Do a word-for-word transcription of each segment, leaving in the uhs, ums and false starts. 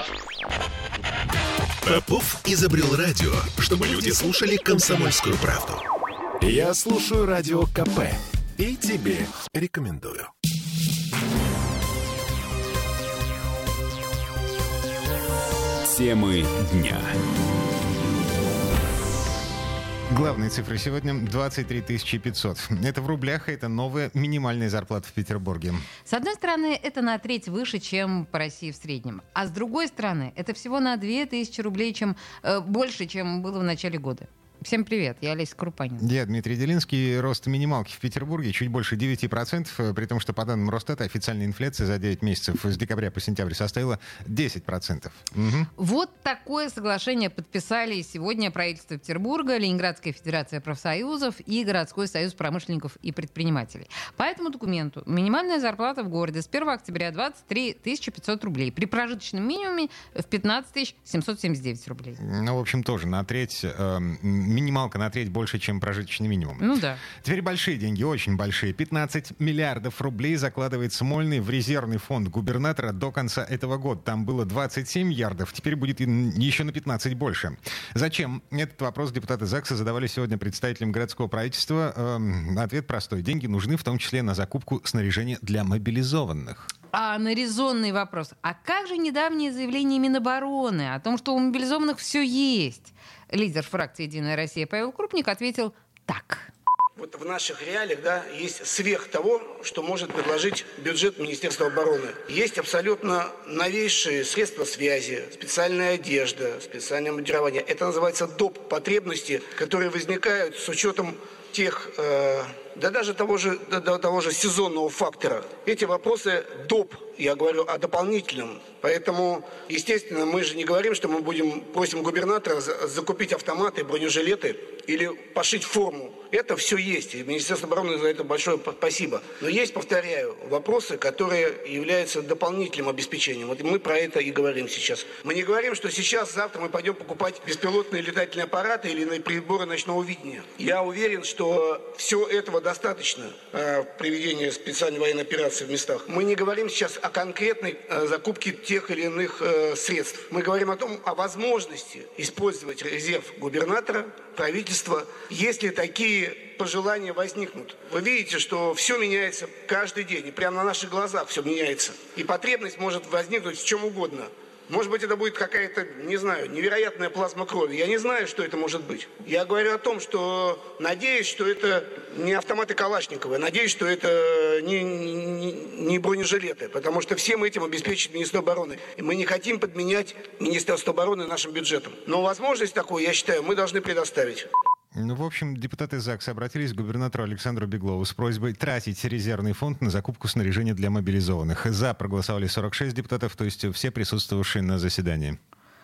Попов изобрел радио, чтобы люди слушали «Комсомольскую правду». Я слушаю Радио КП и тебе рекомендую. Темы дня. Главные цифры сегодня двадцать три тысячи пятьсот. Это в рублях, это новая минимальная зарплата в Петербурге. С одной стороны, это на треть выше, чем по России в среднем. А с другой стороны, это всего на две тысячи рублей чем, э, больше, чем было в начале года. Всем привет, я Олеся Крупанин. Я Дмитрий Делинский. Рост минималки в Петербурге чуть больше девять процентов, при том, что по данным Росстата официальная инфляция за девять месяцев с декабря по сентябрь составила десять процентов. Угу. Вот такое соглашение подписали сегодня правительство Петербурга, Ленинградская федерация профсоюзов и Городской союз промышленников и предпринимателей. По этому документу минимальная зарплата в городе с первого октября двадцать три тысячи пятьсот рублей, при прожиточном минимуме в пятнадцать тысяч семьсот семьдесят девять рублей. Ну, в общем, тоже на треть... Э, минималка на треть больше, чем прожиточный минимум. Ну да. Теперь большие деньги, очень большие. пятнадцать миллиардов рублей закладывает Смольный в резервный фонд губернатора до конца этого года. Там было двадцать семь миллиардов, теперь будет еще на пятнадцать больше. Зачем? Этот вопрос депутаты ЗАГСа задавали сегодня представителям городского правительства. Эм, ответ простой. Деньги нужны в том числе на закупку снаряжения для мобилизованных. А на резонный вопрос. А как же недавнее заявление Минобороны о том, что у мобилизованных все есть? Лидер фракции «Единая Россия» Павел Крупник ответил так. Вот в наших реалиях, да, есть сверх того, что может предложить бюджет Министерства обороны. Есть абсолютно новейшие средства связи, специальная одежда, специальное мундирование. Это называется доп. Потребности, которые возникают с учетом тех, э, да даже того же, да, того же сезонного фактора. Эти вопросы доп. Я говорю о дополнительном. Поэтому, естественно, мы же не говорим, что мы будем просим губернатора закупить автоматы, бронежилеты или пошить форму. Это все есть. И Министерство обороны за это большое спасибо. Но есть, повторяю, вопросы, которые являются дополнительным обеспечением. Вот мы про это и говорим сейчас. Мы не говорим, что сейчас, завтра мы пойдем покупать беспилотные летательные аппараты или приборы ночного видения. Я уверен, что все этого достаточно э, в проведении специальной военной операции в местах. Мы не говорим сейчас о конкретной э, закупке тех или иных э, средств. Мы говорим о том, о возможности использовать резерв губернатора, правительства, если такие пожелания возникнут. Вы видите, что все меняется каждый день, и прямо на наших глазах все меняется. И потребность может возникнуть в чем угодно. Может быть, это будет какая-то, не знаю, невероятная плазма крови. Я не знаю, что это может быть. Я говорю о том, что надеюсь, что это не автоматы Калашникова. Надеюсь, что это не, не, не бронежилеты. Потому что всем этим обеспечит Министерство обороны. И мы не хотим подменять Министерство обороны нашим бюджетом. Но возможность такую, я считаю, мы должны предоставить. Ну, в общем, депутаты ЗАГСа обратились к губернатору Александру Беглову с просьбой тратить резервный фонд на закупку снаряжения для мобилизованных. За проголосовали сорок шесть депутатов, то есть все присутствовавшие на заседании.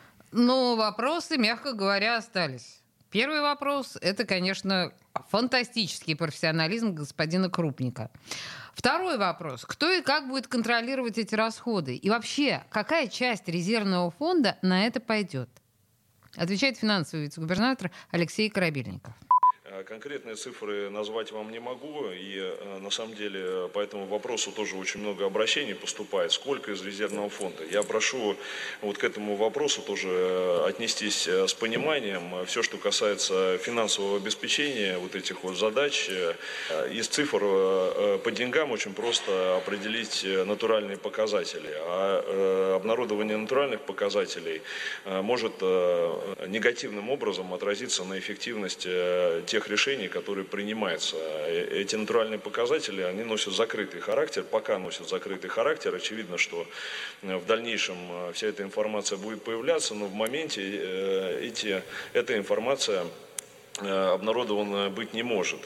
Но вопросы, мягко говоря, остались. Первый вопрос – это, конечно, фантастический профессионализм господина Крупника. Второй вопрос – кто и как будет контролировать эти расходы? И вообще, какая часть резервного фонда на это пойдет? Отвечает финансовый вице-губернатор Алексей Корабельников. Конкретные цифры назвать вам не могу, и на самом деле по этому вопросу тоже очень много обращений поступает. Сколько из резервного фонда? Я прошу вот к этому вопросу тоже отнестись с пониманием. Все, что касается финансового обеспечения вот этих вот задач, из цифр по деньгам очень просто определить натуральные показатели. А обнародование натуральных показателей может негативным образом отразиться на эффективности тех решений, которые принимаются. Эти натуральные показатели, они носят закрытый характер, пока носят закрытый характер. Очевидно, что в дальнейшем вся эта информация будет появляться, но в моменте эти, эта информация обнародована быть не может.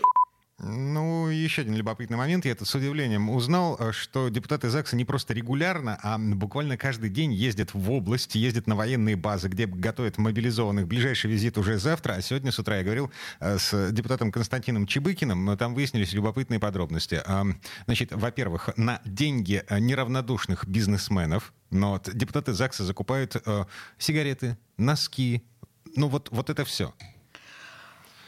Ну, еще один любопытный момент. Я тут с удивлением узнал, что депутаты ЗАГСа не просто регулярно, а буквально каждый день ездят в область, ездят на военные базы, где готовят мобилизованных. Ближайший визит уже завтра, а сегодня с утра я говорил с депутатом Константином Чебыкиным, но там выяснились любопытные подробности. Значит, во-первых, на деньги неравнодушных бизнесменов, но вот депутаты ЗАГСа закупают сигареты, носки, ну вот, вот это все.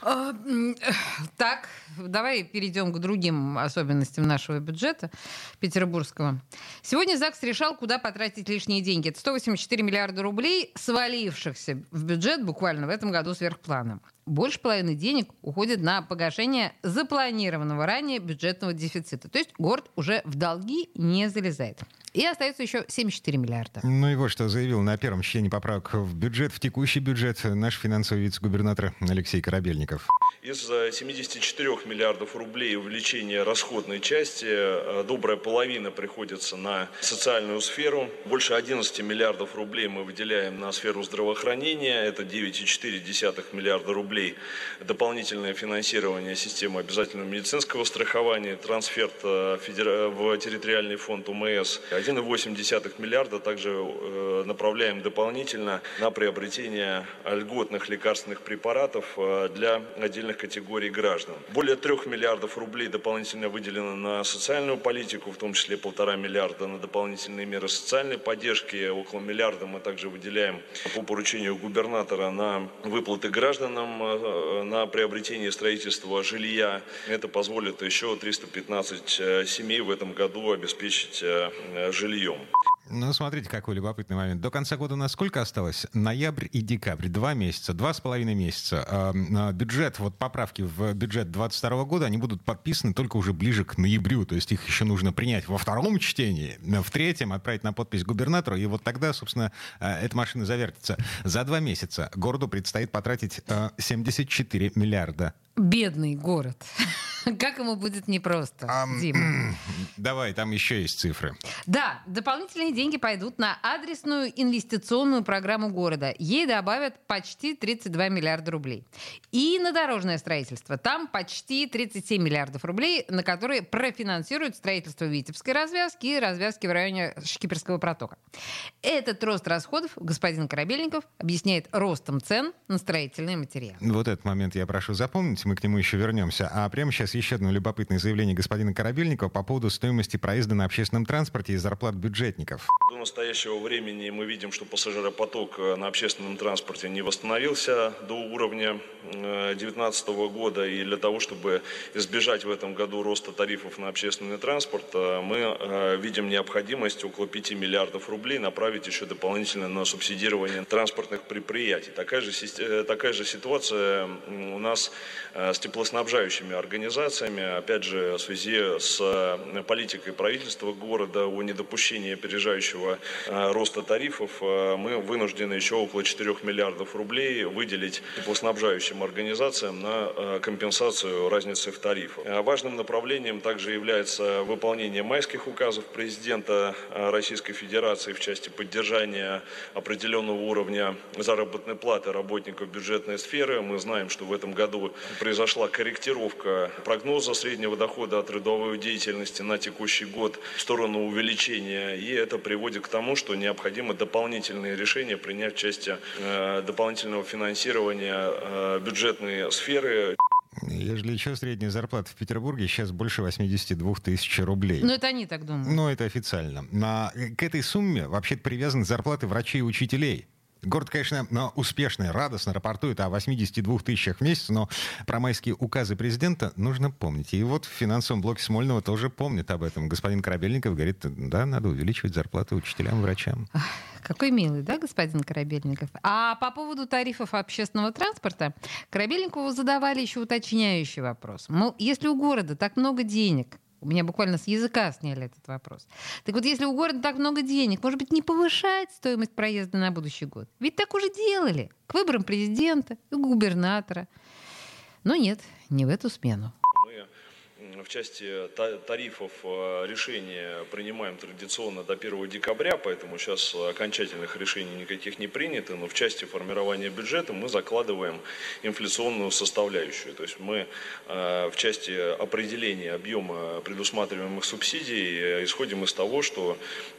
Так, давай перейдем к другим особенностям нашего бюджета петербургского. Сегодня ЗАГС решал, куда потратить лишние деньги. Это сто восемьдесят четыре миллиарда рублей, свалившихся в бюджет буквально в этом году сверхпланом. Больше половины денег уходит на погашение запланированного ранее бюджетного дефицита. То есть город уже в долги не залезает. И остается еще семьдесят четыре миллиарда. Ну и вот что заявил на первом чтении поправок в бюджет, в текущий бюджет, наш финансовый вице-губернатор Алексей Корабельников. Из семидесяти четырёх миллиардов рублей увеличения расходной части добрая половина приходится на социальную сферу. Больше одиннадцати миллиардов рублей мы выделяем на сферу здравоохранения. Это девять целых четыре десятых миллиарда рублей. Дополнительное финансирование системы обязательного медицинского страхования, трансфер в территориальный фонд УМС. один целых восемь десятых миллиарда также направляем дополнительно на приобретение льготных лекарственных препаратов для отдельных категорий граждан. Более трех миллиардов рублей дополнительно выделено на социальную политику, в том числе полтора миллиарда на дополнительные меры социальной поддержки. Около миллиарда мы также выделяем по поручению губернатора на выплаты гражданам, на приобретение и строительство жилья. Это позволит еще триста пятнадцать семей в этом году обеспечить жильем. Ну, смотрите, какой любопытный момент. До конца года у нас сколько осталось? Ноябрь и декабрь. Два месяца, два с половиной месяца. Бюджет, вот поправки в бюджет двадцать второго года, они будут подписаны только уже ближе к ноябрю. То есть их еще нужно принять во втором чтении, в третьем отправить на подпись губернатору. И вот тогда, собственно, эта машина завертится. За два месяца городу предстоит потратить семьдесят четыре миллиарда. Бедный город. Как ему будет непросто, um, Дима? Давай, там еще есть цифры. Да, дополнительные деньги пойдут на адресную инвестиционную программу города. Ей добавят почти тридцать два миллиарда рублей. И на дорожное строительство. Там почти тридцать семь миллиардов рублей, на которые профинансируют строительство Витебской развязки и развязки в районе Шкиперского протока. Этот рост расходов господин Корабельников объясняет ростом цен на строительные материалы. Вот этот момент я прошу запомнить, мы к нему еще вернемся. А прямо сейчас еще одно любопытное заявление господина Корабельникова по поводу стоимости проезда на общественном транспорте и зарплат бюджетников. До настоящего времени мы видим, что пассажиропоток на общественном транспорте не восстановился до уровня две тысячи девятнадцатого года. И для того, чтобы избежать в этом году роста тарифов на общественный транспорт, мы видим необходимость около пяти миллиардов рублей направить еще дополнительно на субсидирование транспортных предприятий. Такая же, такая же ситуация у нас с теплоснабжающими организациями. Опять же, в связи с политикой правительства города о недопущении опережающего роста тарифов, мы вынуждены еще около четырёх миллиардов рублей выделить теплоснабжающим организациям на компенсацию разницы в тарифах. Важным направлением также является выполнение майских указов президента Российской Федерации в части поддержания определенного уровня заработной платы работников бюджетной сферы. Мы знаем, что в этом году произошла корректировка прогноза среднего дохода от трудовой деятельности на текущий год в сторону увеличения. И это приводит к тому, что необходимо дополнительные решения принять в части э, дополнительного финансирования э, бюджетной сферы. Ежели что, средняя зарплата в Петербурге сейчас больше восемьдесят две тысячи рублей. Ну, это они так думают. Ну, это официально. На, к этой сумме вообще-то привязаны зарплаты врачей и учителей. Город, конечно, успешно, радостно рапортует о восьмидесяти двух тысячах в месяц, но про майские указы президента нужно помнить. И вот в финансовом блоке Смольного тоже помнят об этом. Господин Корабельников говорит, да, надо увеличивать зарплаты учителям и врачам. Какой милый, да, господин Корабельников? А по поводу тарифов общественного транспорта Корабельникову задавали еще уточняющий вопрос. Мол, если у города так много денег, у меня буквально с языка сняли этот вопрос. Так вот, если у города так много денег, может быть, не повышать стоимость проезда на будущий год? Ведь так уже делали к выборам президента и губернатора. Но нет, не в эту смену. В части тарифов решения принимаем традиционно до первого декабря, поэтому сейчас окончательных решений никаких не принято, но в части формирования бюджета мы закладываем инфляционную составляющую. То есть мы в части определения объема предусматриваемых субсидий исходим из того, что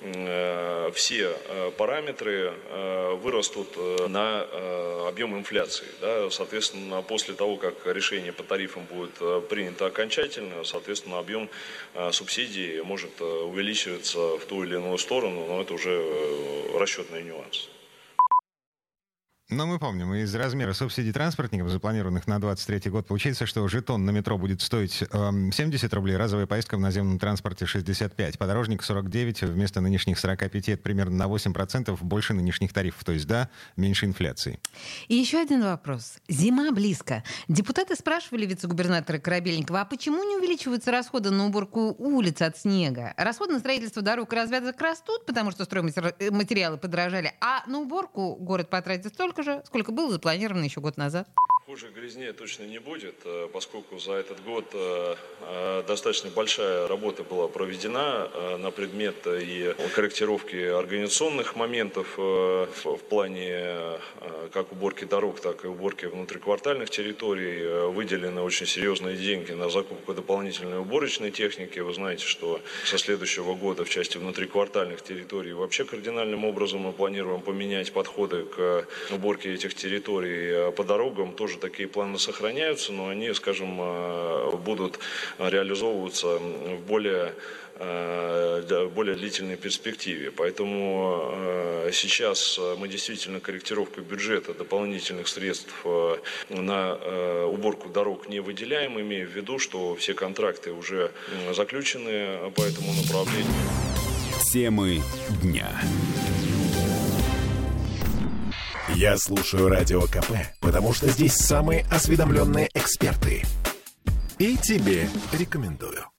все параметры вырастут на объем инфляции. Соответственно, после того, как решение по тарифам будет принято окончательно, соответственно, объем э, субсидий может э, увеличиваться в ту или иную сторону, но это уже э, расчетный нюанс. Но мы помним, из размера субсидий транспортникам, запланированных на двадцать третий год, получается, что жетон на метро будет стоить э, семьдесят рублей, разовая поездка в наземном транспорте шестьдесят пять, подорожник сорок девять, вместо нынешних сорок пять, это примерно на восемь процентов больше нынешних тарифов, то есть, да, меньше инфляции. И еще один вопрос. Зима близко. Депутаты спрашивали вице-губернатора Корабельникова, а почему не увеличиваются расходы на уборку улиц от снега? Расходы на строительство дорог и развязок растут, потому что стройматериалы подорожали, а на уборку город потратит столько же, сколько было запланировано еще год назад. Хуже, грязнее точно не будет, поскольку за этот год достаточно большая работа была проведена на предмет и корректировки организационных моментов в плане как уборки дорог, так и уборки внутриквартальных территорий. Выделены очень серьезные деньги на закупку дополнительной уборочной техники. Вы знаете, что со следующего года в части внутриквартальных территорий вообще кардинальным образом мы планируем поменять подходы к уборке этих территорий по дорогам. Тоже такие планы сохраняются, но они, скажем, будут реализовываться в более, более длительной перспективе. Поэтому сейчас мы действительно корректировку бюджета дополнительных средств на уборку дорог не выделяем, имея в виду, что все контракты уже заключены по этому направлению. Темы дня. Я слушаю Радио КП, потому что здесь самые осведомленные эксперты. И тебе рекомендую.